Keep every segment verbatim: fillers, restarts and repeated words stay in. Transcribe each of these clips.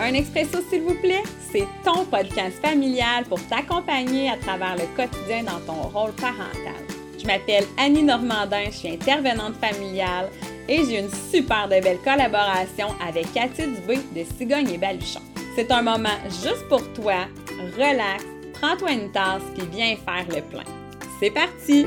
Un expresso, s'il vous plaît, c'est ton podcast familial pour t'accompagner à travers le quotidien dans ton rôle parental. Je m'appelle Annie Normandin, je suis intervenante familiale et j'ai une super de belle collaboration avec Cathy Dubé de Cigogne et Baluchon. C'est un moment juste pour toi, relax, prends-toi une tasse puis viens faire le plein. C'est parti!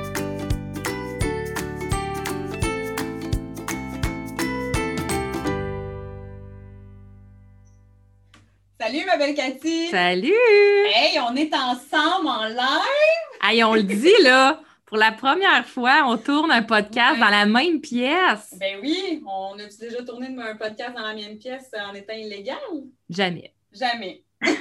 Salut ma belle Cathy! Salut! Hey, on est ensemble en live! Hey, on le dit là, pour la première fois, on tourne un podcast ouais. dans la même pièce. Ben oui, on a-tu déjà tourné un podcast dans la même pièce en étant illégal? Jamais. Jamais.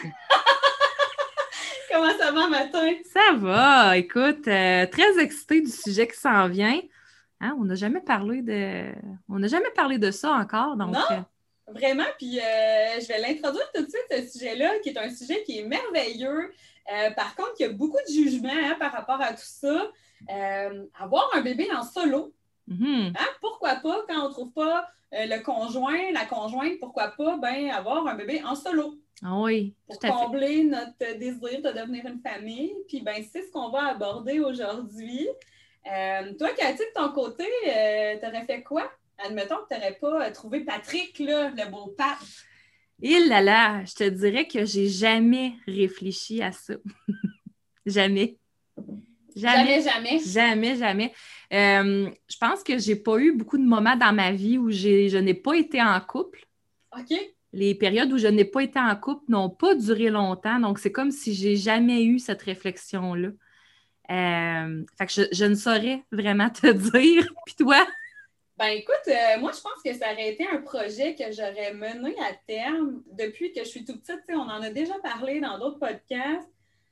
Comment ça va matin? Ça va, écoute, euh, très excitée du sujet qui s'en vient. Hein, on n'a jamais parlé de. On n'a jamais parlé de ça encore. Donc, non? Euh... Vraiment, puis euh, je vais l'introduire tout de suite, ce sujet-là, qui est un sujet qui est merveilleux. Euh, par contre, il y a beaucoup de jugements hein, par rapport à tout ça. Euh, avoir un bébé en solo, mm-hmm. hein, pourquoi pas, quand on ne trouve pas euh, le conjoint, la conjointe, pourquoi pas ben, avoir un bébé en solo? Ah oui, pour tout à combler fait. notre désir de devenir une famille. Puis, ben c'est ce qu'on va aborder aujourd'hui. Euh, toi, Cathy, de ton côté, euh, tu aurais fait quoi? Admettons que tu n'aurais pas trouvé Patrick, là, le beau pape. Il là là, je te dirais que j'ai jamais réfléchi à ça. Jamais. Jamais, jamais. Jamais, jamais. Euh, je pense que j'ai pas eu beaucoup de moments dans ma vie où j'ai, je n'ai pas été en couple. OK. Les périodes où je n'ai pas été en couple n'ont pas duré longtemps. Donc, c'est comme si j'ai jamais eu cette réflexion-là. Euh, fait que je, je ne saurais vraiment te dire. Puis toi? Ben écoute, euh, moi, je pense que ça aurait été un projet que j'aurais mené à terme depuis que je suis toute petite. On en a déjà parlé dans d'autres podcasts.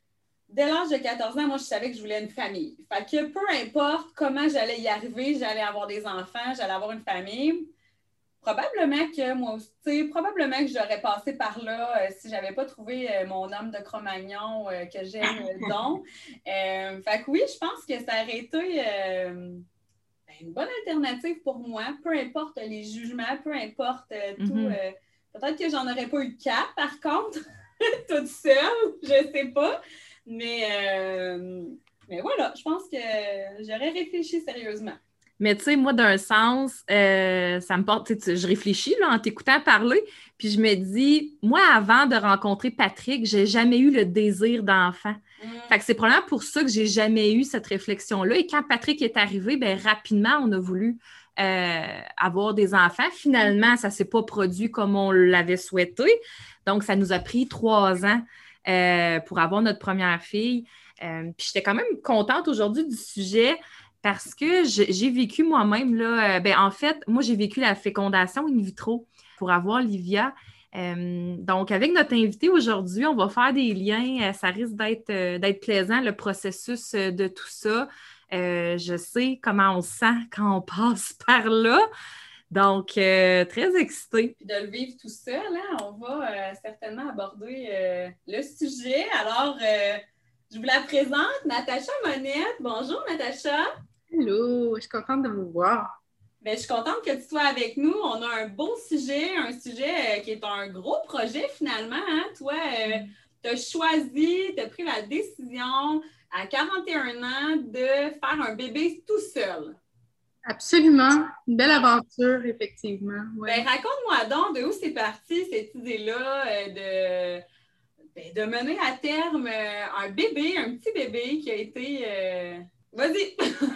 Dès l'âge de quatorze ans, moi, je savais que je voulais une famille. Fait que peu importe comment j'allais y arriver, j'allais avoir des enfants, j'allais avoir une famille. Probablement que moi aussi, probablement que j'aurais passé par là euh, si je n'avais pas trouvé euh, mon homme de Cro-Magnon euh, que j'aime euh, donc. Euh, fait que oui, je pense que ça aurait été euh, une bonne alternative pour moi, peu importe les jugements, peu importe euh, tout. Mm-hmm. Euh, peut-être que j'en aurais pas eu quatre, par contre, toute seule, je sais pas. Mais, euh, mais voilà, je pense que j'aurais réfléchi sérieusement. Mais tu sais, moi, d'un sens, euh, ça me porte, tu sais, je réfléchis là, en t'écoutant parler, puis je me dis, moi, avant de rencontrer Patrick, j'ai jamais eu le désir d'enfant. Mm. Fait que c'est probablement pour ça que j'ai jamais eu cette réflexion-là. Et quand Patrick est arrivé, bien, rapidement, on a voulu euh, avoir des enfants. Finalement, ça ne s'est pas produit comme on l'avait souhaité. Donc, ça nous a pris trois ans euh, pour avoir notre première fille. Euh, puis j'étais quand même contente aujourd'hui du sujet. Parce que je, j'ai vécu moi-même, là, euh, ben, en fait, moi, j'ai vécu la fécondation in vitro pour avoir Livia. Euh, donc, avec notre invité aujourd'hui, on va faire des liens. Euh, ça risque d'être, euh, d'être plaisant, le processus euh, de tout ça. Euh, je sais comment on se sent quand on passe par là. Donc, euh, très excitée. Puis de le vivre tout seul, hein, on va euh, certainement aborder euh, le sujet. Alors, euh, je vous la présente, Natacha Monette. Bonjour, Natacha. Hello, je suis contente de vous voir. Bien, je suis contente que tu sois avec nous. On a un beau sujet, un sujet euh, qui est un gros projet finalement. Hein? Toi, euh, tu as choisi, tu as pris la décision à quarante et un ans de faire un bébé tout seul. Absolument. Une belle aventure, effectivement. Ouais. Bien, raconte-moi donc de où c'est parti cette idée-là euh, de, ben, de mener à terme euh, un bébé, un petit bébé qui a été... Euh... Vas-y!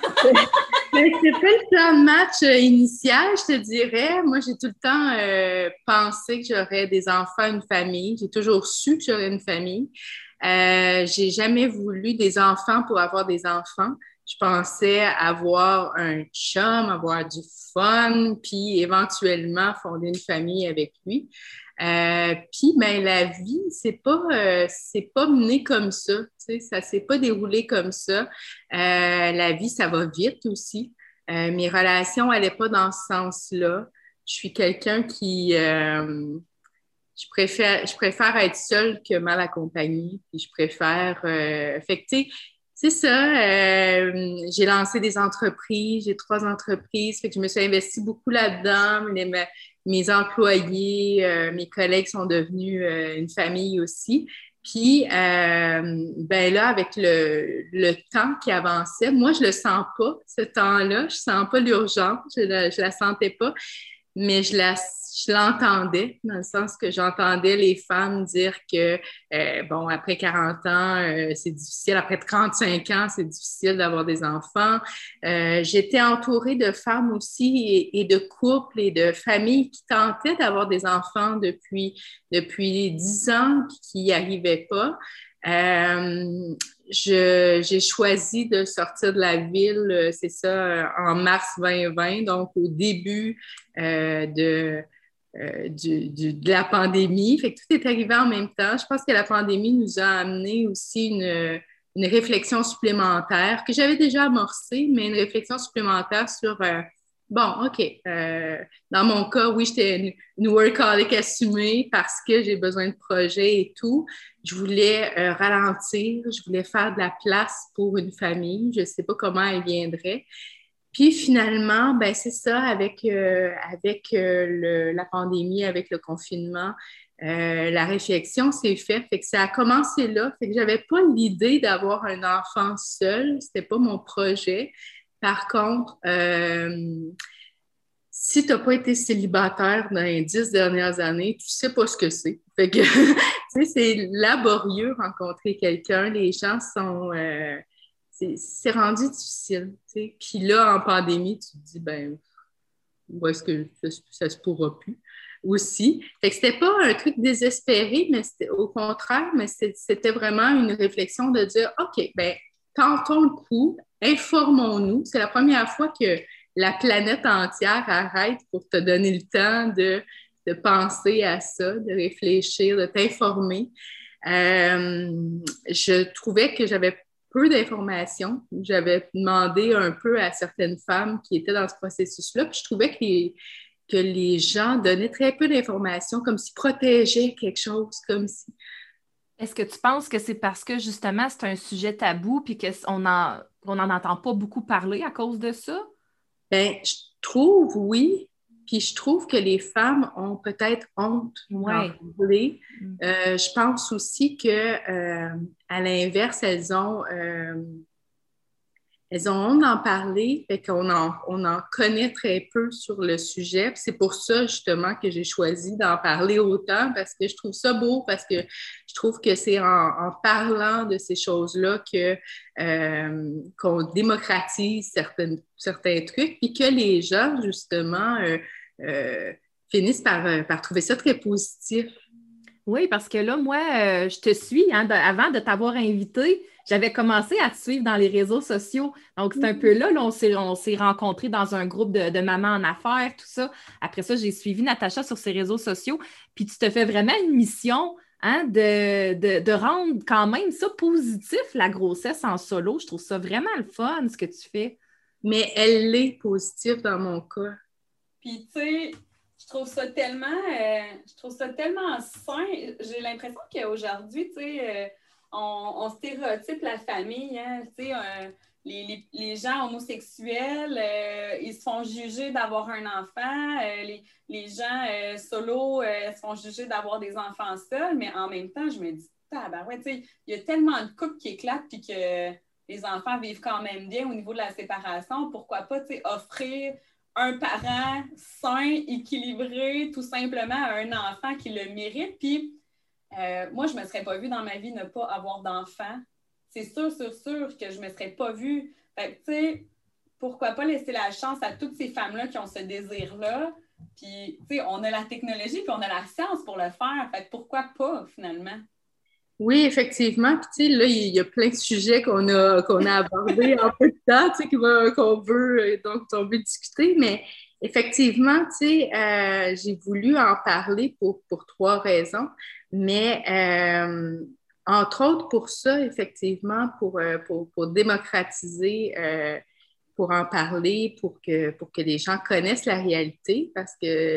C'est pas le plan de match euh, initial, je te dirais. Moi, j'ai tout le temps euh, pensé que j'aurais des enfants, une famille. J'ai toujours su que j'aurais une famille. Euh, j'ai jamais voulu des enfants pour avoir des enfants. Je pensais avoir un chum, avoir du fun, puis éventuellement fonder une famille avec lui. Euh, puis, ben, la vie, c'est pas, euh, c'est pas mené comme ça, tu sais, ça s'est pas déroulé comme ça. Euh, la vie, ça va vite aussi. Euh, mes relations n'allaient pas dans ce sens-là. Je suis quelqu'un qui, euh, je préfère, je préfère être seule que mal accompagnée. Puis je préfère, euh, fait que, tu sais, C'est ça. Euh, j'ai lancé des entreprises, j'ai trois entreprises, fait que je me suis investie beaucoup là-dedans. Les, mes employés, euh, mes collègues sont devenus euh, une famille aussi. Puis, euh, ben là, avec le, le temps qui avançait, moi, je le sens pas, ce temps-là. Je sens pas l'urgence, je la, je la sentais pas, mais je la je l'entendais, dans le sens que j'entendais les femmes dire que, euh, bon, après quarante ans, euh, c'est difficile. Après trente-cinq ans, c'est difficile d'avoir des enfants. Euh, j'étais entourée de femmes aussi et, et de couples et de familles qui tentaient d'avoir des enfants depuis, depuis dix ans puis qui n'y arrivaient pas. Euh, je, j'ai choisi de sortir de la ville, c'est ça, en mars vingt vingt, donc au début euh, de Euh, du, du, de la pandémie. Fait que tout est arrivé en même temps. Je pense que la pandémie nous a amené aussi une, une réflexion supplémentaire que j'avais déjà amorcée, mais une réflexion supplémentaire sur, euh, bon, OK, euh, dans mon cas, oui, j'étais une, une workaholic assumée parce que j'ai besoin de projets et tout. Je voulais euh, ralentir, je voulais faire de la place pour une famille. Je ne sais pas comment elle viendrait. Puis finalement, ben c'est ça, avec, euh, avec euh, le, la pandémie, avec le confinement, euh, la réflexion s'est faite. Fait que ça a commencé là. Fait que j'avais pas l'idée d'avoir un enfant seul. C'était pas mon projet. Par contre, euh, si tu n'as pas été célibataire dans les dix dernières années, tu sais pas ce que c'est. Fait que, tu sais, c'est laborieux rencontrer quelqu'un. Les gens sont... Euh, C'est, c'est rendu difficile, tu sais. Puis là, en pandémie, tu te dis, ben, où est-ce que ça, ça se pourra plus aussi. Fait que c'était pas un truc désespéré, mais c'était au contraire, mais c'était, c'était vraiment une réflexion de dire, OK, ben, tentons le coup, informons-nous. C'est la première fois que la planète entière arrête pour te donner le temps de, de penser à ça, de réfléchir, de t'informer. Euh, je trouvais que j'avais peu d'informations. J'avais demandé un peu à certaines femmes qui étaient dans ce processus-là, puis je trouvais que les, que les gens donnaient très peu d'informations, comme s'ils protégeaient quelque chose, comme si... Est-ce que tu penses que c'est parce que, justement, c'est un sujet tabou puis qu'on en, on n'en entend pas beaucoup parler à cause de ça? Bien, je trouve, oui. Puis je trouve que les femmes ont peut-être honte ouais. d'en parler. Euh, je pense aussi que, euh, à l'inverse, elles ont, euh, elles ont honte d'en parler, fait qu'on en, on en connaît très peu sur le sujet. Puis c'est pour ça, justement, que j'ai choisi d'en parler autant, parce que je trouve ça beau, parce que je trouve que c'est en, en parlant de ces choses-là que, euh, qu'on démocratise certaines, certains trucs, puis que les gens, justement, euh, euh, finissent par, par trouver ça très positif. Oui, parce que là, moi, euh, je te suis, hein, de, avant de t'avoir invité, j'avais commencé à te suivre dans les réseaux sociaux. Donc, c'est un peu là, là on s'est, on s'est rencontrés dans un groupe de, de mamans en affaires, tout ça. Après ça, j'ai suivi Natacha sur ses réseaux sociaux. Puis, tu te fais vraiment une mission, hein, de, de, de rendre quand même ça positif, la grossesse en solo. Je trouve ça vraiment le fun, ce que tu fais. Mais elle est positive dans mon cas. Puis, tu sais, je trouve ça tellement, euh, je trouve ça tellement sain. J'ai l'impression qu'aujourd'hui, tu sais, euh, on, on stéréotype la famille, hein, tu sais, euh, les, les, les gens homosexuels, euh, ils se font juger d'avoir un enfant, euh, les, les gens euh, solos euh, se font juger d'avoir des enfants seuls, mais en même temps, je me dis, tabarouette, tu sais, il y a tellement de couples qui éclatent puis que les enfants vivent quand même bien au niveau de la séparation, pourquoi pas, tu sais, offrir un parent sain, équilibré, tout simplement à un enfant qui le mérite. Puis, euh, moi, je ne me serais pas vue dans ma vie ne pas avoir d'enfant. C'est sûr, sûr, sûr que je ne me serais pas vue. Fait que, tu sais, pourquoi pas laisser la chance à toutes ces femmes-là qui ont ce désir-là. Puis, tu sais, on a la technologie puis on a la science pour le faire. Fait que pourquoi pas, finalement? Oui, effectivement. Puis, tu sais, là, il y a plein de sujets qu'on a, qu'on a abordés en peu de temps, tu sais, qu'on veut, donc, on veut discuter. Mais effectivement, tu sais, euh, j'ai voulu en parler pour, pour trois raisons. Mais, euh, entre autres, pour ça, effectivement, pour, pour, pour démocratiser, euh, pour en parler, pour que, pour que les gens connaissent la réalité, parce que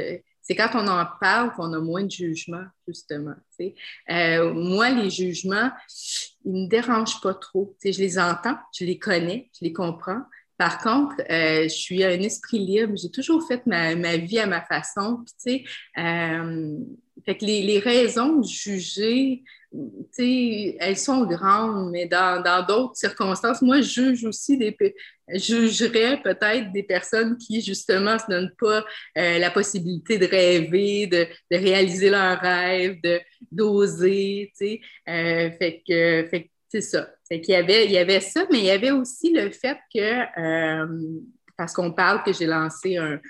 c'est quand on en parle qu'on a moins de jugement, justement. Euh, moi, les jugements, ils ne me dérangent pas trop. T'sais, je les entends, je les connais, je les comprends. Par contre, euh, je suis un esprit libre. J'ai toujours fait ma, ma vie à ma façon. Puis, euh, fait que les, les raisons de juger, elles sont grandes, mais dans, dans d'autres circonstances, moi, je juge aussi des... Je jugerais peut-être des personnes qui, justement, ne se donnent pas euh, la possibilité de rêver, de, de réaliser leurs rêves, de, d'oser, tu sais. Euh, fait que, fait que c'est ça. Fait qu'il y avait, il y avait ça, mais il y avait aussi le fait que, euh, parce qu'on parle que j'ai lancé un,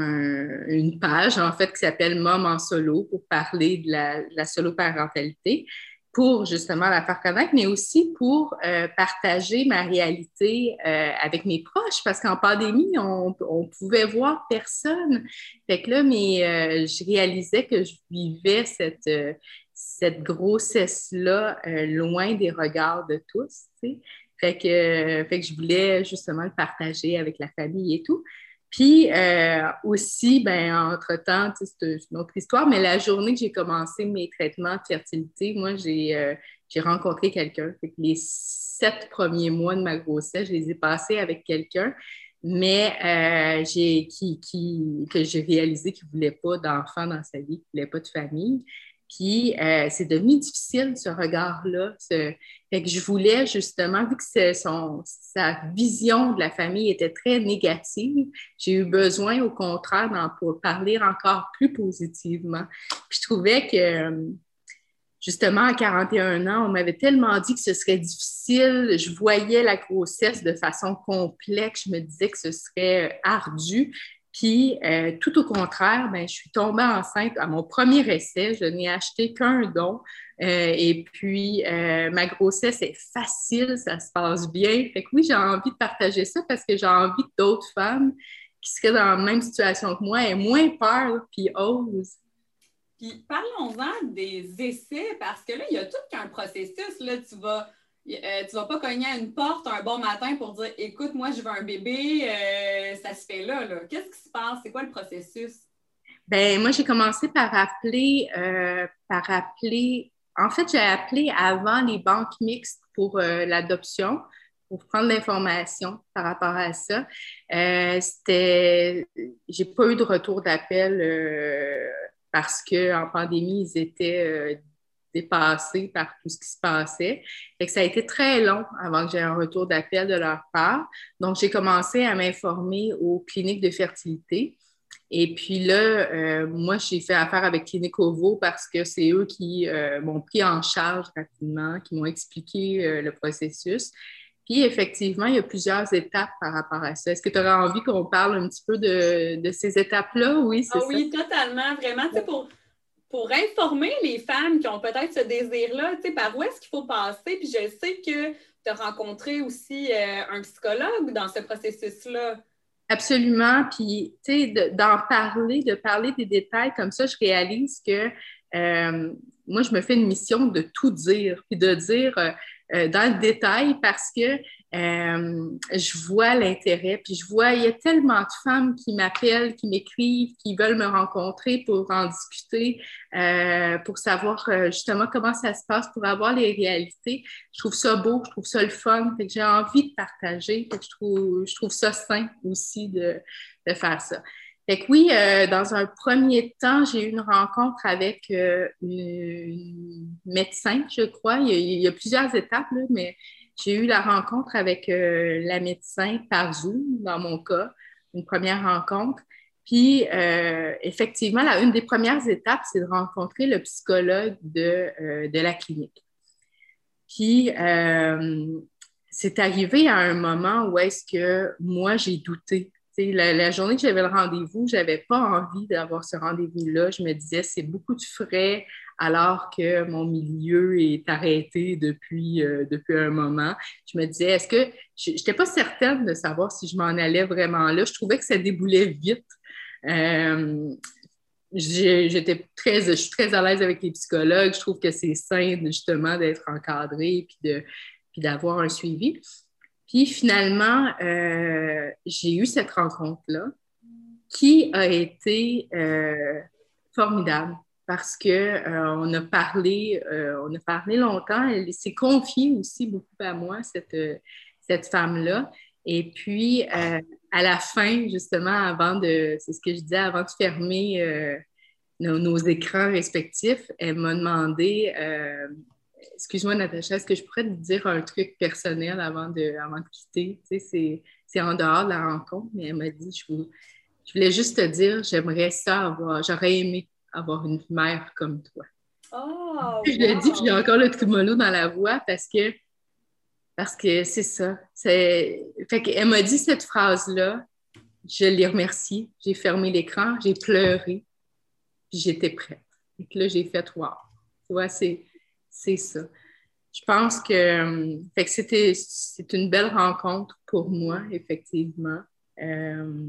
un, une page, en fait, qui s'appelle Mom en solo pour parler de la, de la solo-parentalité, pour justement la faire connaître, mais aussi pour euh, partager ma réalité euh, avec mes proches, parce qu'en pandémie, on, on pouvait voir personne. Fait que là, mais, euh, je réalisais que je vivais cette... Euh, cette grossesse-là euh, loin des regards de tous, tu sais. Fait que, euh, fait que je voulais justement le partager avec la famille et tout. Puis euh, aussi, ben, entre-temps, tu sais, c'est une autre histoire, mais la journée que j'ai commencé mes traitements de fertilité, moi, j'ai, euh, j'ai rencontré quelqu'un. Fait que les sept premiers mois de ma grossesse, je les ai passés avec quelqu'un, mais euh, j'ai, qui, qui, que j'ai réalisé qu'il ne voulait pas d'enfant dans sa vie, qu'il ne voulait pas de famille. Puis, euh, c'est devenu difficile, ce regard-là. Ce... Fait que je voulais, justement, vu que son, sa vision de la famille était très négative, j'ai eu besoin, au contraire, d'en parler encore plus positivement. Puis, je trouvais que, justement, à quarante et un ans, on m'avait tellement dit que ce serait difficile. Je voyais la grossesse de façon complexe. Je me disais que ce serait ardu. Puis, euh, tout au contraire, ben, je suis tombée enceinte à mon premier essai. Je n'ai acheté qu'un don. Euh, et puis, euh, ma grossesse est facile, ça se passe bien. Fait que oui, j'ai envie de partager ça parce que j'ai envie que d'autres femmes qui seraient dans la même situation que moi aient moins peur puis osent. Puis, parlons-en des essais parce que là, il y a tout qu'un processus. Là, tu vas... Euh, tu vas pas cogner à une porte un bon matin pour dire « Écoute, moi, je veux un bébé, euh, ça se fait là. là. » Qu'est-ce qui se passe? C'est quoi le processus? Bien, moi, j'ai commencé par appeler, euh, par appeler... En fait, j'ai appelé avant les banques mixtes pour euh, l'adoption, pour prendre l'information par rapport à ça. Euh, c'était... J'ai pas eu de retour d'appel euh, parce qu'en pandémie, ils étaient... Euh, dépassés par tout ce qui se passait. Fait que ça a été très long avant que j'aie un retour d'appel de leur part. Donc, j'ai commencé à m'informer aux cliniques de fertilité. Et puis là, euh, moi, j'ai fait affaire avec Clinique Ovo parce que c'est eux qui euh, m'ont pris en charge rapidement, qui m'ont expliqué euh, le processus. Puis, effectivement, il y a plusieurs étapes par rapport à ça. Est-ce que tu aurais envie qu'on parle un petit peu de, de ces étapes-là? Oui, c'est ah, ça. Oui, totalement. Vraiment, tu sais, pour... Pour informer les femmes qui ont peut-être ce désir-là, tu sais, par où est-ce qu'il faut passer? Puis je sais que tu as rencontré aussi euh, un psychologue dans ce processus-là. Absolument. Puis, tu sais, de, d'en parler, de parler des détails comme ça, je réalise que euh, moi, je me fais une mission de tout dire, puis de dire euh, euh, dans le détail parce que euh, je vois l'intérêt, puis je vois, il y a tellement de femmes qui m'appellent, qui m'écrivent, qui veulent me rencontrer pour en discuter, euh, pour savoir euh, justement comment ça se passe, pour avoir les réalités. Je trouve ça beau, je trouve ça le fun, fait que j'ai envie de partager, fait que je trouve, je trouve ça sain aussi de, de faire ça. Fait que oui, euh, dans un premier temps, j'ai eu une rencontre avec euh, une, une médecin, je crois. Il y a, il y a plusieurs étapes, là, mais j'ai eu la rencontre avec euh, la médecin par Zoom, dans mon cas, une première rencontre. Puis, euh, effectivement, là, une des premières étapes, c'est de rencontrer le psychologue de, euh, de la clinique. Puis, euh, c'est arrivé à un moment où est-ce que moi, j'ai douté. La, la journée que j'avais le rendez-vous, je n'avais pas envie d'avoir ce rendez-vous-là. Je me disais, c'est beaucoup de frais alors que mon milieu est arrêté depuis, euh, depuis un moment. Je me disais, est-ce que... Je n'étais pas certaine de savoir si je m'en allais vraiment là. Je trouvais que ça déboulait vite. Euh, j'étais très, je suis très à l'aise avec les psychologues. Je trouve que c'est sain, justement, d'être encadré puis, de, puis d'avoir un suivi. Puis finalement, euh, j'ai eu cette rencontre-là qui a été euh, formidable parce que euh, on a parlé, euh, on a parlé longtemps. Elle s'est confiée aussi beaucoup à moi, cette, cette femme-là. Et puis, euh, à la fin, justement, avant de, c'est ce que je disais, avant de fermer euh, nos, nos écrans respectifs, elle m'a demandé, euh, excuse-moi Natacha, est-ce que je pourrais te dire un truc personnel avant de, avant de quitter? Tu sais, c'est, c'est en dehors de la rencontre, mais elle m'a dit, je, vous, je voulais juste te dire, j'aimerais ça avoir, j'aurais aimé avoir une mère comme toi. Oh, Je le dis, puis j'ai encore le tremolo dans la voix parce que parce que c'est ça. C'est... Fait qu'elle m'a dit cette phrase-là, je l'ai remerciée, j'ai fermé l'écran, j'ai pleuré, puis j'étais prête. Et que là, j'ai fait wow. Tu vois, c'est, c'est ça. Je pense que, fait que c'était, c'est une belle rencontre pour moi, effectivement. Euh,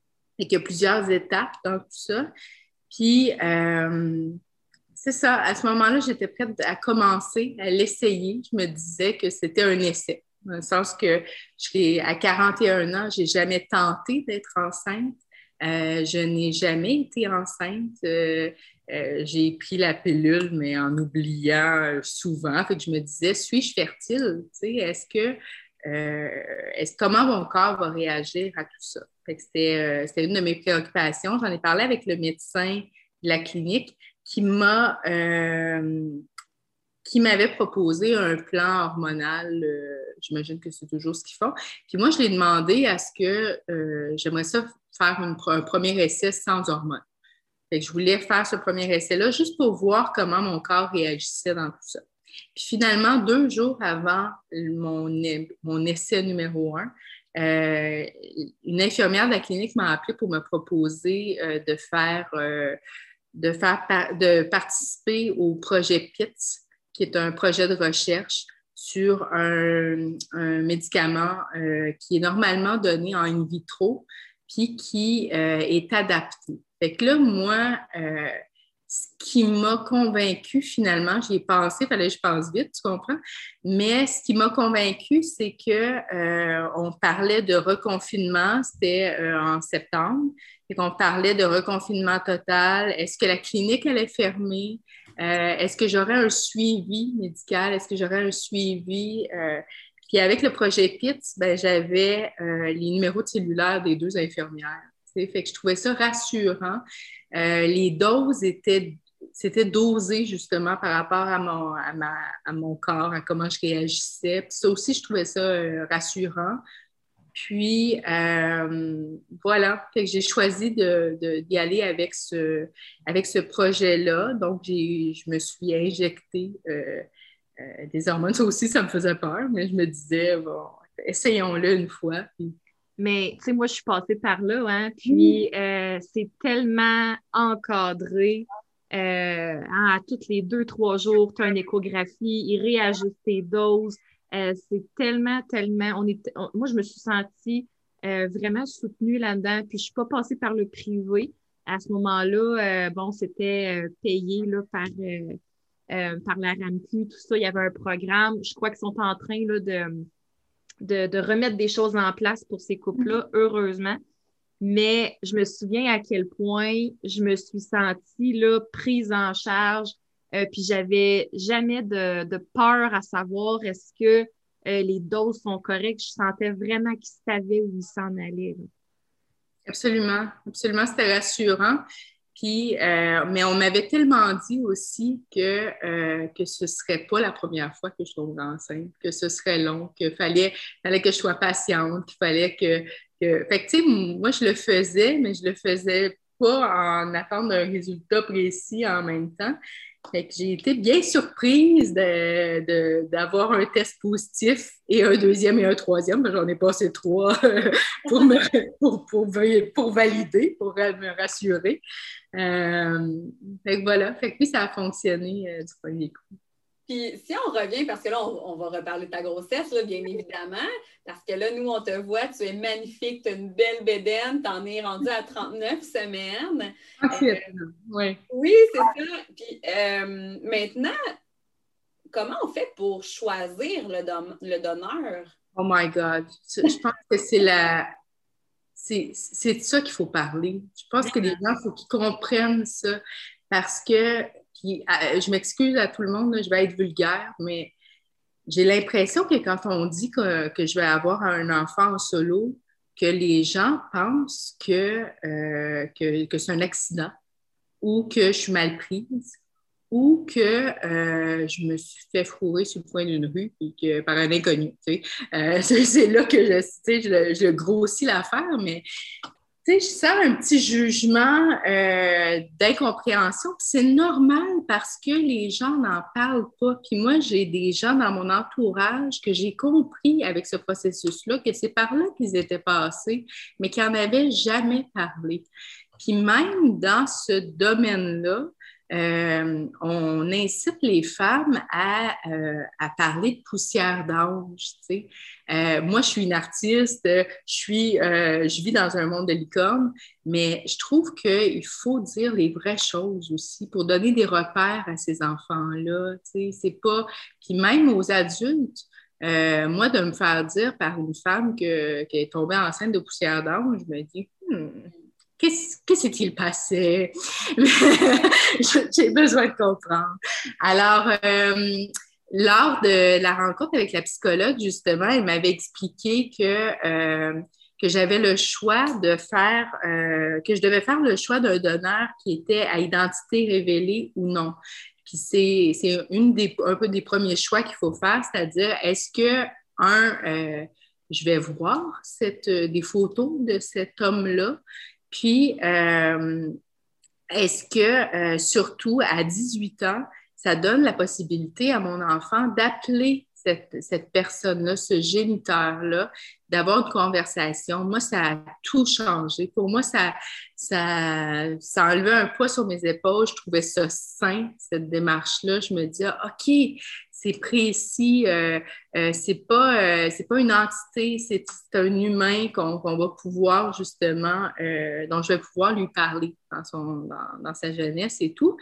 et qu'il y a plusieurs étapes dans tout ça. Puis, euh, c'est ça. À ce moment-là, j'étais prête à commencer, à l'essayer. Je me disais que c'était un essai. Dans le sens que j'ai, à quarante et un ans, je n'ai jamais tenté d'être enceinte. Euh, je n'ai jamais été enceinte. Euh, euh, j'ai pris la pilule, mais en oubliant souvent. Fait que je me disais, suis-je fertile? Tu sais, est-ce que euh, est-ce, comment mon corps va réagir à tout ça? Fait que c'était, euh, c'était une de mes préoccupations. J'en ai parlé avec le médecin de la clinique qui m'a euh, qui m'avait proposé un plan hormonal. Euh, j'imagine que c'est toujours ce qu'ils font. Puis moi, je l'ai demandé à ce que euh, j'aimerais ça faire une, un premier essai sans hormones. Fait que je voulais faire ce premier essai-là juste pour voir comment mon corps réagissait dans tout ça. Puis finalement, deux jours avant mon, mon essai numéro un, euh, une infirmière de la clinique m'a appelé pour me proposer euh, de faire, euh, de faire de participer au projet P I T S, qui est un projet de recherche sur un, un médicament euh, qui est normalement donné en in vitro, puis qui euh, est adapté. Fait que là, moi, euh, ce qui m'a convaincue finalement, j'y ai pensé, il fallait que je pense vite, tu comprends? Mais ce qui m'a convaincue, c'est qu'on euh, parlait de reconfinement, c'était euh, en septembre, et qu'on parlait de reconfinement total. Est-ce que la clinique allait fermer? Euh, est-ce que j'aurais un suivi médical? Est-ce que j'aurais un suivi? Euh, puis avec le projet P I T S, ben, j'avais euh, les numéros de cellulaire des deux infirmières. T'sais. Fait que je trouvais ça rassurant. Euh, les doses étaient, c'était dosé justement par rapport à mon, à, ma, à mon corps, à comment je réagissais. Puis ça aussi, je trouvais ça euh, rassurant. Puis, euh, voilà, fait que j'ai choisi de, de, d'y aller avec ce, avec ce projet-là. Donc, j'ai, je me suis injectée euh, euh, des hormones. Ça aussi, ça me faisait peur, mais je me disais, bon, essayons-le une fois. Puis... Mais, tu sais, moi, je suis passée par là, hein, puis euh, c'est tellement encadré. Euh, hein, à tous les deux, trois jours, tu as une échographie, ils réajustent tes doses. Euh, c'est tellement, tellement... On est, on- moi, je me suis sentie euh, vraiment soutenue là-dedans, puis je suis pas passée par le privé. À ce moment-là, euh, bon, c'était euh, payé là, par, euh, euh, par la RAMQ, tout ça. Il y avait un programme. Je crois qu'ils sont en train là, de de, de remettre des choses en place pour ces couples-là, heureusement. Mais je me souviens à quel point je me suis sentie là, prise en charge, euh, puis j'avais jamais de, de peur à savoir est-ce que euh, les doses sont correctes. Je sentais vraiment qu'ils savaient où ils s'en allaient. Là. Absolument, absolument, c'était rassurant. Puis, euh, mais on m'avait tellement dit aussi que, euh, que ce ne serait pas la première fois que je tombe enceinte, que ce serait long, qu'il fallait, fallait que je sois patiente, qu'il fallait que, que... Fait que, tu sais, moi, je le faisais, mais je le faisais pas en attendant un résultat précis en même temps. Fait que j'ai été bien surprise de, de, d'avoir un test positif et un deuxième et un troisième. J'en ai passé trois pour, me, pour, pour, pour valider, pour me rassurer. Euh, fait que voilà. Fait que oui, ça a fonctionné euh, du premier coup. Puis si on revient, parce que là, on, on va reparler de ta grossesse, là, bien évidemment, parce que là, nous, on te voit, tu es magnifique, tu as une belle bédaine, tu en es rendue à trente-neuf semaines. Ensuite, euh, oui. Oui, c'est ça. Puis euh, maintenant, comment on fait pour choisir le, don- le donneur? Oh my God. Je pense que c'est la, c'est, c'est de ça qu'il faut parler. Je pense que les gens, il faut qu'ils comprennent ça parce que, puis, je m'excuse à tout le monde, là, je vais être vulgaire, mais j'ai l'impression que quand on dit que, que je vais avoir un enfant en solo, que les gens pensent que, euh, que, que c'est un accident ou que je suis mal prise ou que euh, je me suis fait fourrer sur le coin d'une rue et que, par un inconnu. Tu sais. Euh, c'est, c'est là que je, tu sais, je, je grossis l'affaire, mais tu sais, je sens un petit jugement euh, d'incompréhension. C'est normal parce que les gens n'en parlent pas. Puis moi, j'ai des gens dans mon entourage que j'ai compris avec ce processus-là que c'est par là qu'ils étaient passés, mais qui n'en avaient jamais parlé. Puis même dans ce domaine-là, euh, on incite les femmes à, euh, à parler de poussière d'ange. Tu sais. Euh, moi, je suis une artiste, je, suis, euh, je vis dans un monde de licorne, mais je trouve qu'il faut dire les vraies choses aussi pour donner des repères à ces enfants-là. Tu sais. C'est pas... Puis même aux adultes, euh, moi, de me faire dire par une femme que, qui est tombée enceinte de poussière d'ange, je me dis... Hmm, Qu'est-ce, qu'est-ce qu'il passait? J'ai besoin de comprendre. Alors, euh, lors de la rencontre avec la psychologue, justement, elle m'avait expliqué que, euh, que j'avais le choix de faire, euh, que je devais faire le choix d'un donneur qui était à identité révélée ou non. Puis c'est, c'est une des, un peu des premiers choix qu'il faut faire, c'est-à-dire, est-ce que, un, euh, je vais voir cette, des photos de cet homme-là, puis, euh, est-ce que, euh, surtout à dix-huit ans, ça donne la possibilité à mon enfant d'appeler cette, cette personne-là, ce géniteur-là, d'avoir une conversation? Moi, ça a tout changé. Pour moi, ça, ça, ça enlevait un poids sur mes épaules. Je trouvais ça sain, cette démarche-là. Je me dis, ah, OK, c'est précis, euh, euh, c'est pas, euh, c'est pas une entité, c'est, c'est un humain qu'on, qu'on va pouvoir justement, euh, dont je vais pouvoir lui parler dans, son, dans, dans sa jeunesse et tout.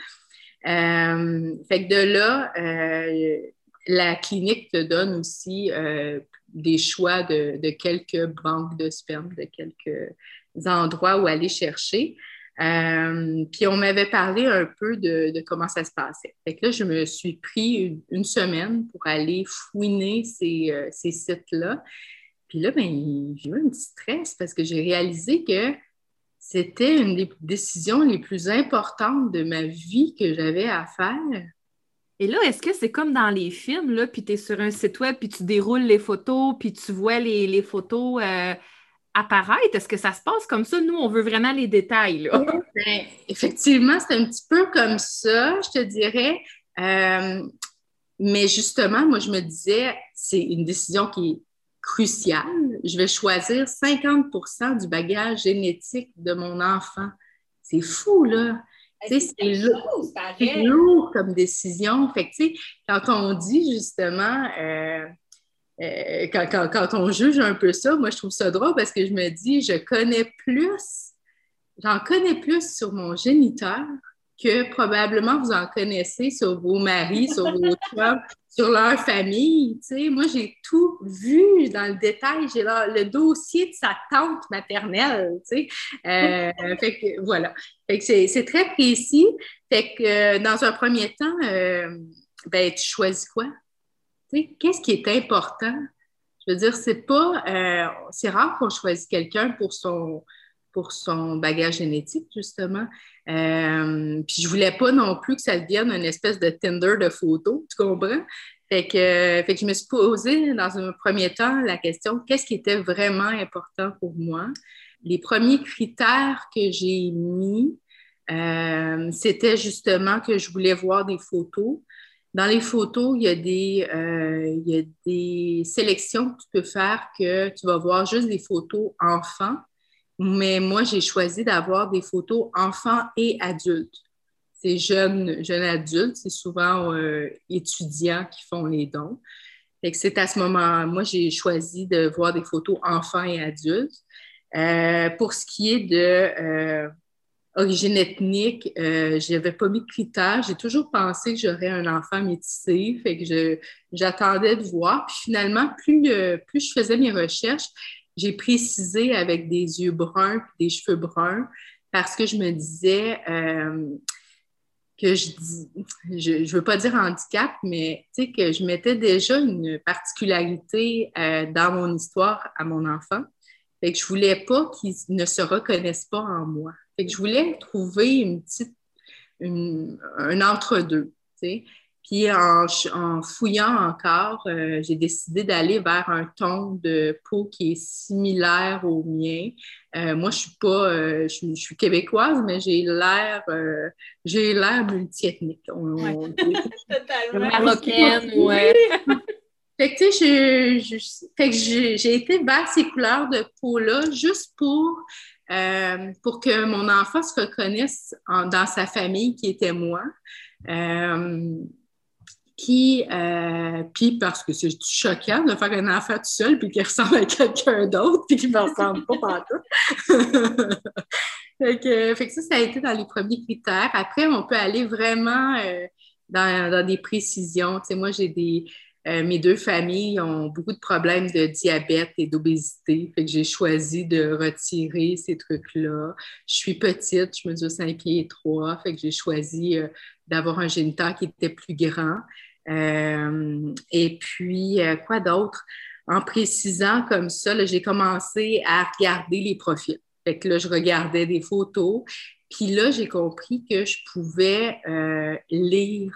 Euh, fait que de là, euh, la clinique te donne aussi euh, des choix de, de quelques banques de sperme, de quelques endroits où aller chercher. Euh, puis on m'avait parlé un peu de, de comment ça se passait. Fait que là, je me suis pris une, une semaine pour aller fouiner ces, euh, ces sites-là. Puis là, ben, j'ai eu un petit stress parce que j'ai réalisé que c'était une des décisions les plus importantes de ma vie que j'avais à faire. Et là, est-ce que c'est comme dans les films, là, puis tu es sur un site web, puis tu déroules les photos, puis tu vois les, les photos euh, apparaître? Est-ce que ça se passe comme ça? Nous, on veut vraiment les détails, là. Oui, bien, effectivement, c'est un petit peu comme ça, je te dirais. Euh, mais justement, moi, je me disais, c'est une décision qui est cruciale. Je vais choisir cinquante pour cent du bagage génétique de mon enfant. C'est fou, là. C'est, c'est, lourd, c'est lourd comme décision. Fait que, tu sais, quand on dit justement, euh, euh, quand, quand, quand on juge un peu ça, moi, je trouve ça drôle parce que je me dis, je connais plus, j'en connais plus sur mon géniteur que probablement vous en connaissez sur vos maris, sur vos femmes, sur leur famille. Tu sais, moi, j'ai tout vu dans le détail. J'ai là, le dossier de sa tante maternelle. Tu sais. Euh, fait que voilà. Fait que c'est, c'est très précis. Fait que euh, dans un premier temps, euh, ben, tu choisis quoi? Tu sais, qu'est-ce qui est important? Je veux dire, c'est pas. Euh, c'est rare qu'on choisisse quelqu'un pour son pour son bagage génétique, justement. Euh, puis je voulais pas non plus que ça devienne une espèce de Tinder de photos, tu comprends? Fait que, euh, fait que je me suis posé dans un premier temps la question, qu'est-ce qui était vraiment important pour moi? Les premiers critères que j'ai mis, euh, c'était justement que je voulais voir des photos. Dans les photos, il y a des, euh, il y a des sélections que tu peux faire que tu vas voir juste des photos enfants. Mais moi, j'ai choisi d'avoir des photos enfants et adultes. C'est jeunes, jeunes adultes, c'est souvent euh, étudiants qui font les dons. Fait que c'est à ce moment, moi, j'ai choisi de voir des photos enfants et adultes. Euh, pour ce qui est de euh, origine ethnique, euh, je n'avais pas mis de critères. J'ai toujours pensé que j'aurais un enfant métissé. Fait que je, j'attendais de voir. Puis finalement, plus, euh, plus je faisais mes recherches, j'ai précisé avec des yeux bruns et des cheveux bruns parce que je me disais euh, que je dis, je, je veux pas dire handicap, mais tu sais, que je mettais déjà une particularité euh, dans mon histoire à mon enfant. Fait que je voulais pas qu'il ne se reconnaisse pas en moi. Fait que je voulais trouver une petite, une, un entre-deux, tu sais. Puis en, en fouillant encore, euh, j'ai décidé d'aller vers un ton de peau qui est similaire au mien. Euh, moi, je suis pas, euh, je, suis, je suis québécoise, mais j'ai l'air, euh, j'ai l'air multiethnique. On, ouais. on, Totalement. Marocaine, ouais. Fait que, tu sais, je, je, fait que j'ai, j'ai été vers ces couleurs de peau-là juste pour, euh, pour que mon enfant se reconnaisse en, dans sa famille qui était moi. Euh, Puis, euh, puis parce que c'est choquant de faire un enfant tout seul puis qu'il ressemble à quelqu'un d'autre puis qu'il ne me ressemble pas partout. fait, que, fait que ça, ça a été dans les premiers critères. Après, on peut aller vraiment euh, dans, dans des précisions. Tu sais, moi, j'ai des... Euh, mes deux familles ont beaucoup de problèmes de diabète et d'obésité. Fait que j'ai choisi de retirer ces trucs-là. Je suis petite, je mesure cinq pieds et trois. Fait que j'ai choisi euh, d'avoir un géniteur qui était plus grand. Euh, et puis, euh, quoi d'autre? En précisant comme ça, là, j'ai commencé à regarder les profils. Fait que là, je regardais des photos. Puis là, j'ai compris que je pouvais euh, lire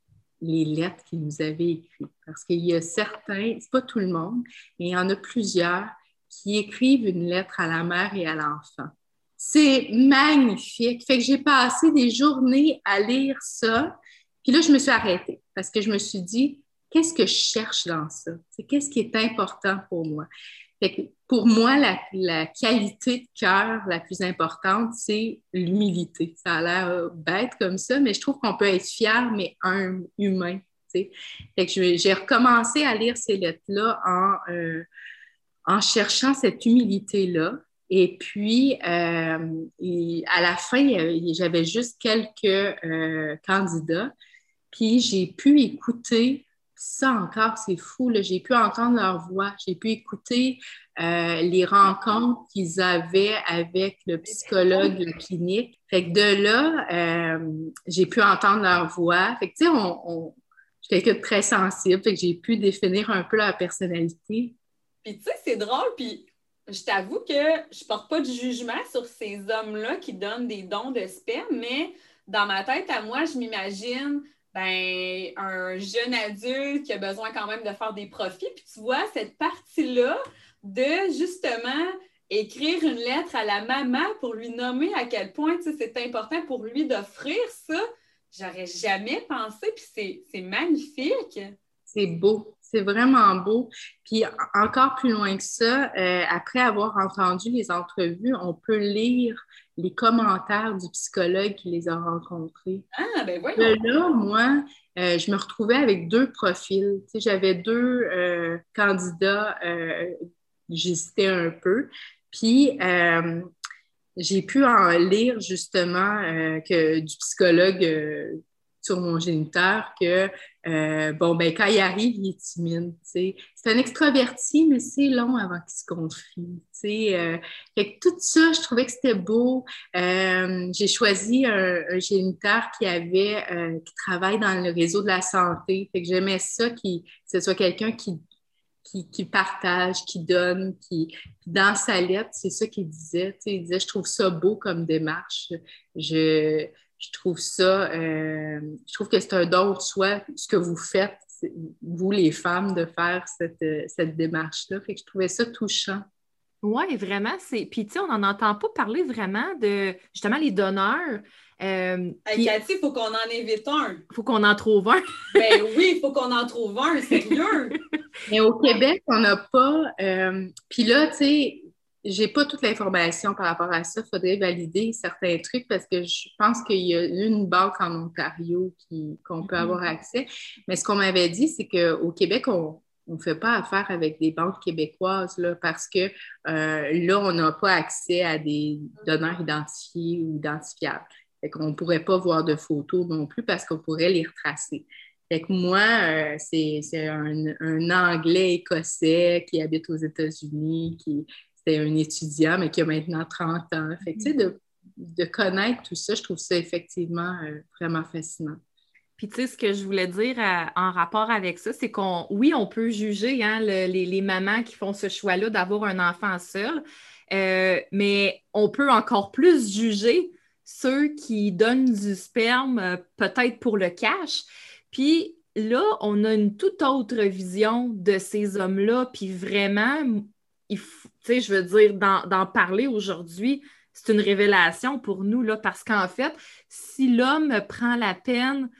les lettres qu'ils nous avaient écrites. Parce qu'il y a certains, c'est pas tout le monde, mais il y en a plusieurs qui écrivent une lettre à la mère et à l'enfant. C'est magnifique. Fait que j'ai passé des journées à lire ça. Puis là, je me suis arrêtée parce que je me suis dit, qu'est-ce que je cherche dans ça? C'est qu'est-ce qui est important pour moi? Fait que pour moi, la, la qualité de cœur la plus importante, c'est l'humilité. Ça a l'air bête comme ça, mais je trouve qu'on peut être fier, mais un humain. T'sais. Fait que je, j'ai recommencé à lire ces lettres-là en, euh, en cherchant cette humilité-là. Et puis, euh, et à la fin, j'avais juste quelques euh, candidats. Puis j'ai pu écouter, ça encore, c'est fou, là, j'ai pu entendre leur voix, j'ai pu écouter euh, les rencontres qu'ils avaient avec le psychologue de la clinique. Fait que de là, euh, j'ai pu entendre leur voix. Fait que tu sais, on, on, je suis quelqu'un de très sensible, fait que j'ai pu définir un peu leur personnalité. Puis tu sais, c'est drôle, puis je t'avoue que je porte pas de jugement sur ces hommes-là qui donnent des dons de sperme, mais dans ma tête, à moi, je m'imagine ben, un jeune adulte qui a besoin quand même de faire des profits. Puis tu vois, cette partie-là de justement écrire une lettre à la maman pour lui nommer à quel point c'est important pour lui d'offrir ça, j'aurais jamais pensé. Puis c'est, c'est magnifique. C'est beau, c'est vraiment beau. Puis encore plus loin que ça, euh, après avoir entendu les entrevues, on peut lire les commentaires du psychologue qui les a rencontrés. Ah, ben voyons. De là, moi, euh, je me retrouvais avec deux profils. Tu sais, j'avais deux euh, candidats, euh, j'hésitais un peu. Puis, euh, j'ai pu en lire justement euh, que du psychologue euh, sur mon géniteur que, euh, bon, ben quand il arrive, il est timide, tu sais. C'est un extraverti, mais c'est long avant qu'il se confie, tu sais. Euh, fait que tout ça, je trouvais que c'était beau. Euh, j'ai choisi un, un géniteur qui avait, euh, qui travaille dans le réseau de la santé. Fait que j'aimais ça, qu'il, que ce soit quelqu'un qui Qui, qui partage, qui donne, qui dans sa lettre, c'est ça qu'il disait. Tu sais, il disait, je trouve ça beau comme démarche. Je, je trouve ça, euh, je trouve que c'est un don de soi, ce que vous faites, vous les femmes, de faire cette, cette démarche-là. Fait que je trouvais ça touchant. Oui, vraiment. C'est... Puis, tu sais, on n'en entend pas parler vraiment de, justement, les donneurs. Euh, hey, puis... Cathy, il faut qu'on en invite un. Il faut qu'on en trouve un. Ben oui, il faut qu'on en trouve un, sérieux. Mais au Québec, on n'a pas... Euh, puis là, tu sais, j'ai pas toute l'information par rapport à ça. Il faudrait valider certains trucs parce que je pense qu'il y a une banque en Ontario qui, qu'on peut avoir accès. Mais ce qu'on m'avait dit, c'est qu'au Québec, on on ne fait pas affaire avec des banques québécoises là, parce que euh, là, on n'a pas accès à des donneurs identifiés ou identifiables. Fait qu'on ne pourrait pas voir de photos non plus parce qu'on pourrait les retracer. Fait que moi, euh, c'est, c'est un, un Anglais écossais qui habite aux États-Unis. Qui, c'était un étudiant, mais qui a maintenant trente ans. Fait que, tu sais, de, de connaître tout ça, je trouve ça effectivement euh, vraiment fascinant. Puis, tu sais, ce que je voulais dire à, en rapport avec ça, c'est qu'on, oui, on peut juger hein, le, les, les mamans qui font ce choix-là d'avoir un enfant seul, euh, mais on peut encore plus juger ceux qui donnent du sperme euh, peut-être pour le cash. Puis là, on a une toute autre vision de ces hommes-là, puis vraiment, il faut, tu sais, je veux dire, d'en, d'en parler aujourd'hui, c'est une révélation pour nous, là, parce qu'en fait, si l'homme prend la peine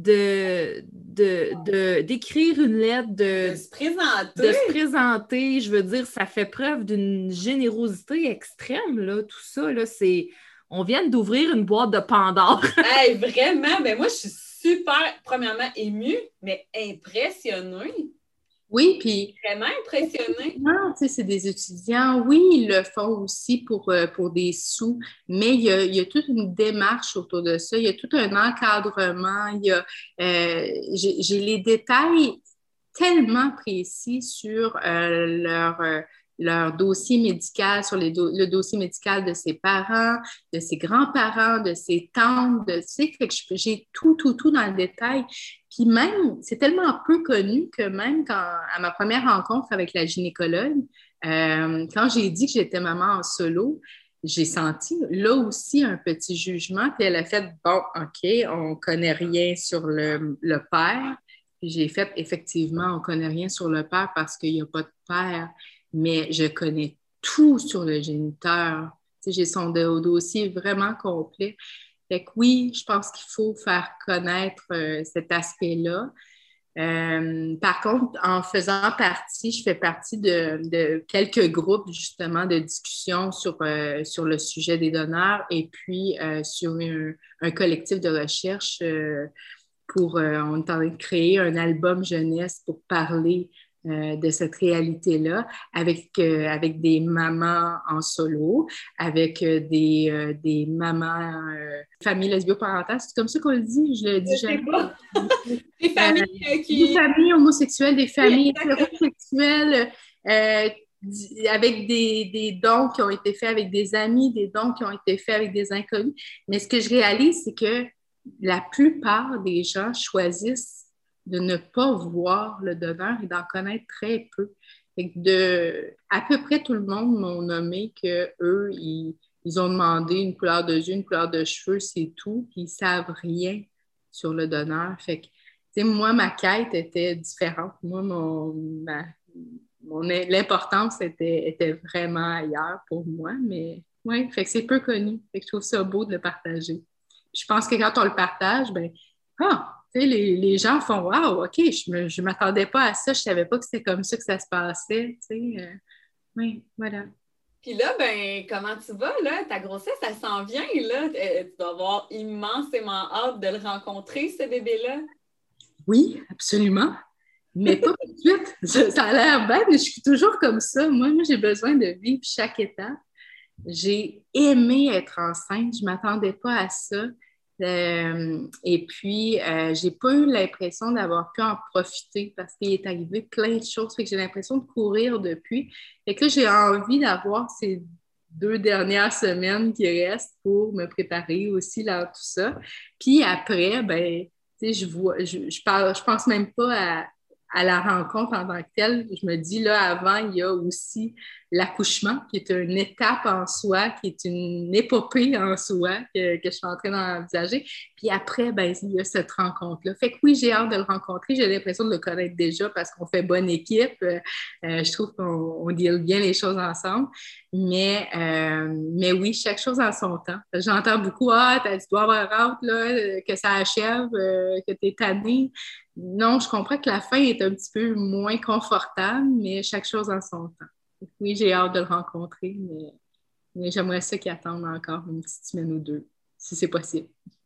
de, de, de, d'écrire une lettre, de, de se présenter. de se présenter, je veux dire, ça fait preuve d'une générosité extrême, là, tout ça, là, c'est... On vient d'ouvrir une boîte de Pandore. Hey, vraiment, ben moi, je suis super, premièrement, émue, mais impressionnée. Oui, puis... Vraiment impressionnée. Non, tu sais, c'est des étudiants. Oui, ils le font aussi pour, euh, pour des sous, mais il y, a, il y a toute une démarche autour de ça. Il y a tout un encadrement. Il y a, euh, j'ai, j'ai les détails tellement précis sur euh, leur... Euh, leur dossier médical, sur les do- le dossier médical de ses parents, de ses grands-parents, de ses tantes, de, tu sais, que j'ai tout, tout, tout dans le détail. Puis même, c'est tellement peu connu que même quand, à ma première rencontre avec la gynécologue, euh, quand j'ai dit que j'étais maman en solo, j'ai senti là aussi un petit jugement. Puis elle a fait, bon, OK, on connaît rien sur le, le père. Puis j'ai fait, effectivement, on connaît rien sur le père parce qu'il n'y a pas de père. Mais je connais tout sur le géniteur. Tu sais, j'ai son dossier vraiment complet. Fait que oui, je pense qu'il faut faire connaître euh, cet aspect-là. Euh, par contre, en faisant partie, je fais partie de, de quelques groupes justement de discussion sur, euh, sur le sujet des donneurs et puis euh, sur un, un collectif de recherche euh, pour, euh, on est en train de créer un album jeunesse pour parler Euh, de cette réalité-là avec, euh, avec des mamans en solo, avec euh, des, euh, des mamans, euh, familles lesbio-parentales, c'est comme ça qu'on le dit? Je le dis Je sais jamais. pas. Des familles euh, qui... Des familles homosexuelles, des familles Oui, hétérosexuelles, euh, avec des, des dons qui ont été faits avec des amis, des dons qui ont été faits avec des inconnus. Mais ce que je réalise, c'est que la plupart des gens choisissent de ne pas voir le donneur et d'en connaître très peu. Fait que de, à peu près tout le monde m'ont nommé qu'eux, ils, ils ont demandé une couleur de yeux, une couleur de cheveux, c'est tout, puis ils ne savent rien sur le donneur. Fait que, tu sais, moi, ma quête était différente. Moi, mon, ma, mon, l'importance était, était vraiment ailleurs pour moi, mais oui, fait que c'est peu connu. Fait que je trouve ça beau de le partager. Je pense que quand on le partage, ben ah, tu sais, les, les gens font « Wow, OK, je ne m'attendais pas à ça, je ne savais pas que c'était comme ça que ça se passait. » Tu sais, euh, oui, voilà. Puis là, ben, comment tu vas, là? Ta grossesse, ça s'en vient, là. Tu dois avoir immensément hâte de le rencontrer, ce bébé-là. Oui, absolument. Mais pas tout de suite. Ça, ça a l'air bête, mais je suis toujours comme ça. Moi, moi j'ai besoin de vivre chaque étape. J'ai aimé être enceinte. Je ne m'attendais pas à ça. Euh, et puis, euh, j'ai pas eu l'impression d'avoir pu en profiter parce qu'il est arrivé plein de choses. Fait que j'ai l'impression de courir depuis. Fait que là, j'ai envie d'avoir ces deux dernières semaines qui restent pour me préparer aussi là, tout ça. Puis après, ben, tu sais, je vois, je, je parle, je pense même pas à, à la rencontre en tant que telle. Je me dis, là, avant, il y a aussi l'accouchement, qui est une étape en soi, qui est une épopée en soi que, que je suis en train d'envisager. Puis après, ben, il y a cette rencontre-là. Fait que oui, j'ai hâte de le rencontrer. J'ai l'impression de le connaître déjà parce qu'on fait bonne équipe. Euh, je trouve qu'on on deal bien les choses ensemble. Mais, euh, mais oui, chaque chose en son temps. J'entends beaucoup, ah, tu dois avoir hâte, là, que ça achève, euh, que tu es tannée. Non, je comprends que la fin est un petit peu moins confortable, mais chaque chose en son temps. Oui, j'ai hâte de le rencontrer, mais, mais j'aimerais ça qu'il attende encore une petite semaine ou deux, si c'est possible.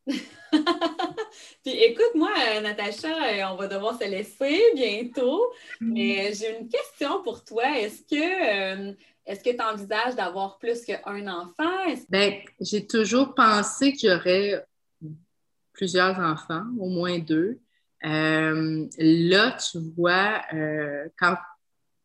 Puis écoute, moi, Natacha, on va devoir se laisser bientôt, mais j'ai une question pour toi. Est-ce que euh, est-ce que tu envisages d'avoir plus qu'un enfant? Bien, j'ai toujours pensé que j'aurais plusieurs enfants, au moins deux. Euh, là, tu vois, euh, quand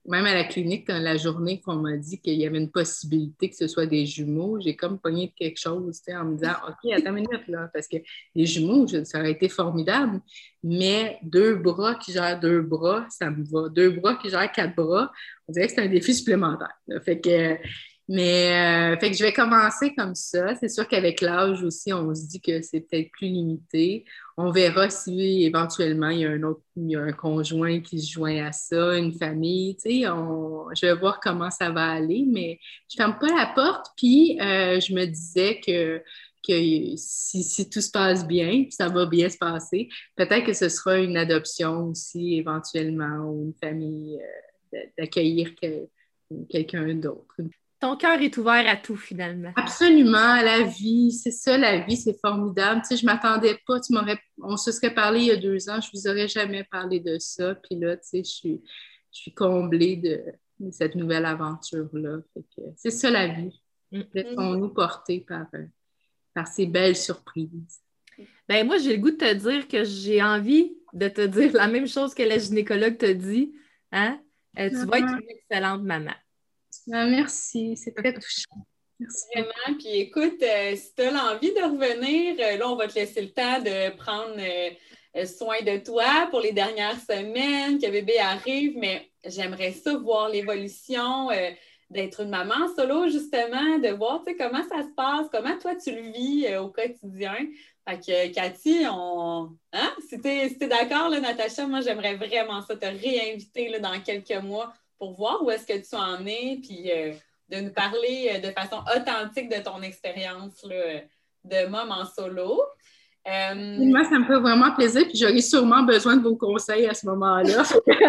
même à la clinique, dans la journée qu'on m'a dit qu'il y avait une possibilité que ce soit des jumeaux, j'ai comme pogné de quelque chose, tu sais, en me disant, OK, attends une minute, là, parce que les jumeaux, je, ça aurait été formidable, mais deux bras qui gèrent deux bras, ça me va. Deux bras qui gèrent quatre bras, on dirait que c'est un défi supplémentaire. Là. Fait que, mais, euh, fait que je vais commencer comme ça. C'est sûr qu'avec l'âge aussi, on se dit que c'est peut-être plus limité. On verra si éventuellement il y a un autre, il y a un conjoint qui se joint à ça, une famille, tu sais, on, je vais voir comment ça va aller, mais je ferme pas la porte, puis euh, je me disais que, que si, si tout se passe bien, ça va bien se passer, peut-être que ce sera une adoption aussi éventuellement, ou une famille, euh, d'accueillir que, quelqu'un d'autre. Ton cœur est ouvert à tout, finalement. Absolument, la vie, c'est ça, la vie, c'est formidable. Tu sais, je ne m'attendais pas, tu m'aurais, on se serait parlé il y a deux ans, je ne vous aurais jamais parlé de ça. Puis là, tu sais, je suis, je suis comblée de, de cette nouvelle aventure-là. Fait que c'est ça, la vie. Mm. Laissons-nous porter par, par ces belles surprises. Ben moi, j'ai le goût de te dire que j'ai envie de te dire la même chose que la gynécologue t'a dit. Hein? Euh, tu Ah. vas être une excellente maman. Ah, merci, c'est très touchant. Merci. Vraiment. Puis écoute, euh, si tu as l'envie de revenir, euh, là, on va te laisser le temps de prendre euh, soin de toi pour les dernières semaines, que bébé arrive, mais j'aimerais ça voir l'évolution euh, d'être une maman solo, justement, de voir tu sais, comment ça se passe, comment toi tu le vis euh, au quotidien. Fait que Cathy, on... hein? si tu es, si t'es d'accord, là, Natacha, moi j'aimerais vraiment ça, te réinviter là, dans quelques mois pour voir où est-ce que tu en es, puis euh, de nous parler euh, de façon authentique de ton expérience là, de maman en solo. Euh... Moi, ça me fait vraiment plaisir, puis j'aurai sûrement besoin de vos conseils à ce moment-là.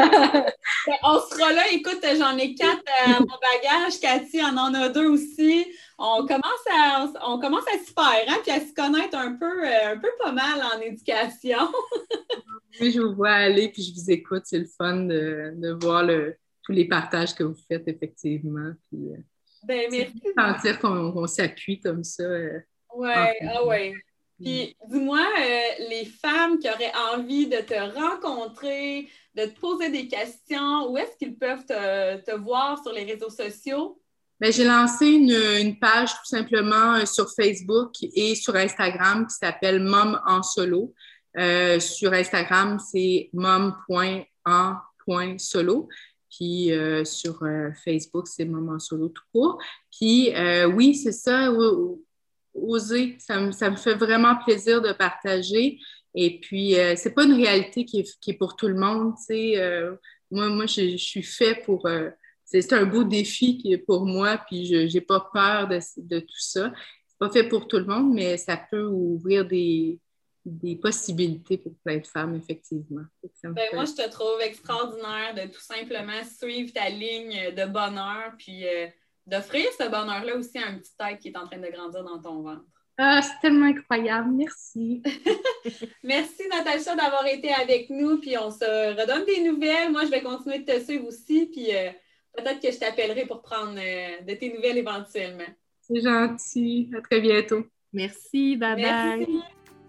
On sera là. Écoute, j'en ai quatre à mon bagage. Cathy en en a deux aussi. On commence à, on commence à s'y faire, hein, puis à se connaître un peu, un peu pas mal en éducation. Oui, je vous vois aller, puis je vous écoute. C'est le fun de, de voir le tous les partages que vous faites, effectivement. Puis, euh, ben, merci. Sentir qu'on, qu'on s'appuie comme ça. Euh, oui, ah ouais. Puis, dis-moi, euh, les femmes qui auraient envie de te rencontrer, de te poser des questions, où est-ce qu'ils peuvent te, te voir sur les réseaux sociaux? Bien, j'ai lancé une, une page tout simplement sur Facebook et sur Instagram qui s'appelle Mom en solo. Euh, sur Instagram, c'est mom point en point solo. Puis euh, sur euh, Facebook, c'est Maman Solo tout court. Puis euh, oui, c'est ça, oser. Ça me, ça me fait vraiment plaisir de partager. Et puis, euh, c'est pas une réalité qui est, qui est pour tout le monde. Tu sais, euh, moi, moi je, je suis fait pour... Euh, c'est, c'est un beau défi qui est pour moi, puis je n'ai pas peur de, de tout ça. C'est pas fait pour tout le monde, mais ça peut ouvrir des... des possibilités pour plein de femmes, effectivement. Ben, fait... Moi, je te trouve extraordinaire de tout simplement suivre ta ligne de bonheur, puis euh, d'offrir ce bonheur-là aussi à un petit être qui est en train de grandir dans ton ventre. Ah, c'est tellement incroyable. Merci. Merci, Natacha, d'avoir été avec nous, puis on se redonne des nouvelles. Moi, je vais continuer de te suivre aussi, puis euh, peut-être que je t'appellerai pour prendre euh, de tes nouvelles éventuellement. C'est gentil. À très bientôt. Merci. Bye-bye. Merci.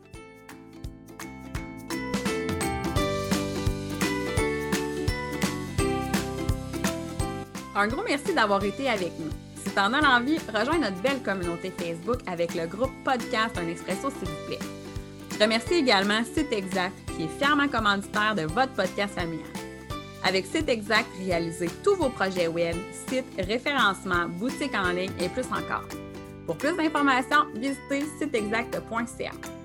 Un gros merci d'avoir été avec nous. Si tu en as l'envie, rejoins notre belle communauté Facebook avec le groupe Podcast Un Expresso, s'il vous plaît. Je remercie également Site Exact, qui est fièrement commanditaire de votre podcast familial. Avec Site Exact, réalisez tous vos projets web, sites, référencements, boutiques en ligne et plus encore. Pour plus d'informations, visitez site exact point c a.